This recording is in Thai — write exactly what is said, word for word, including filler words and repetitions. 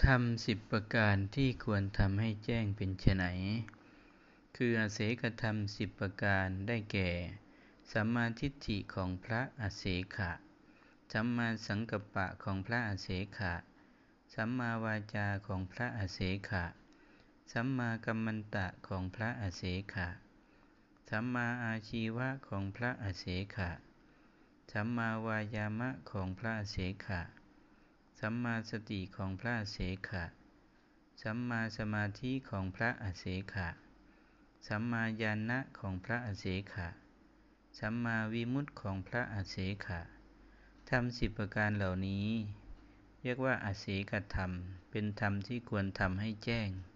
ธรรมสิบประการที่ควรทำให้แจ้งเป็นไฉน คืออเสกธรรมสิบประการได้แก่ สัมมาทิฏฐิของพระอเสขะ สัมมาสังกัปปะของพระอเสขะ สัมมาวาจาของพระอเสขะ สัมมากัมมันตะของพระอเสขะ สัมมาอาชีวะของพระอเสขะ สัมมาวายามะของพระอเสขะ สัมมาสติของพระอเสขะ สัมมาสมาธิของพระอเสขะ สัมมาญาณะของพระอเสขะ สัมมาวิมุตติของพระอเสขะ ธรรมสิบประการเหล่านี้เรียกว่าอเสกธรรม เป็นธรรมที่ควรทำให้แจ้ง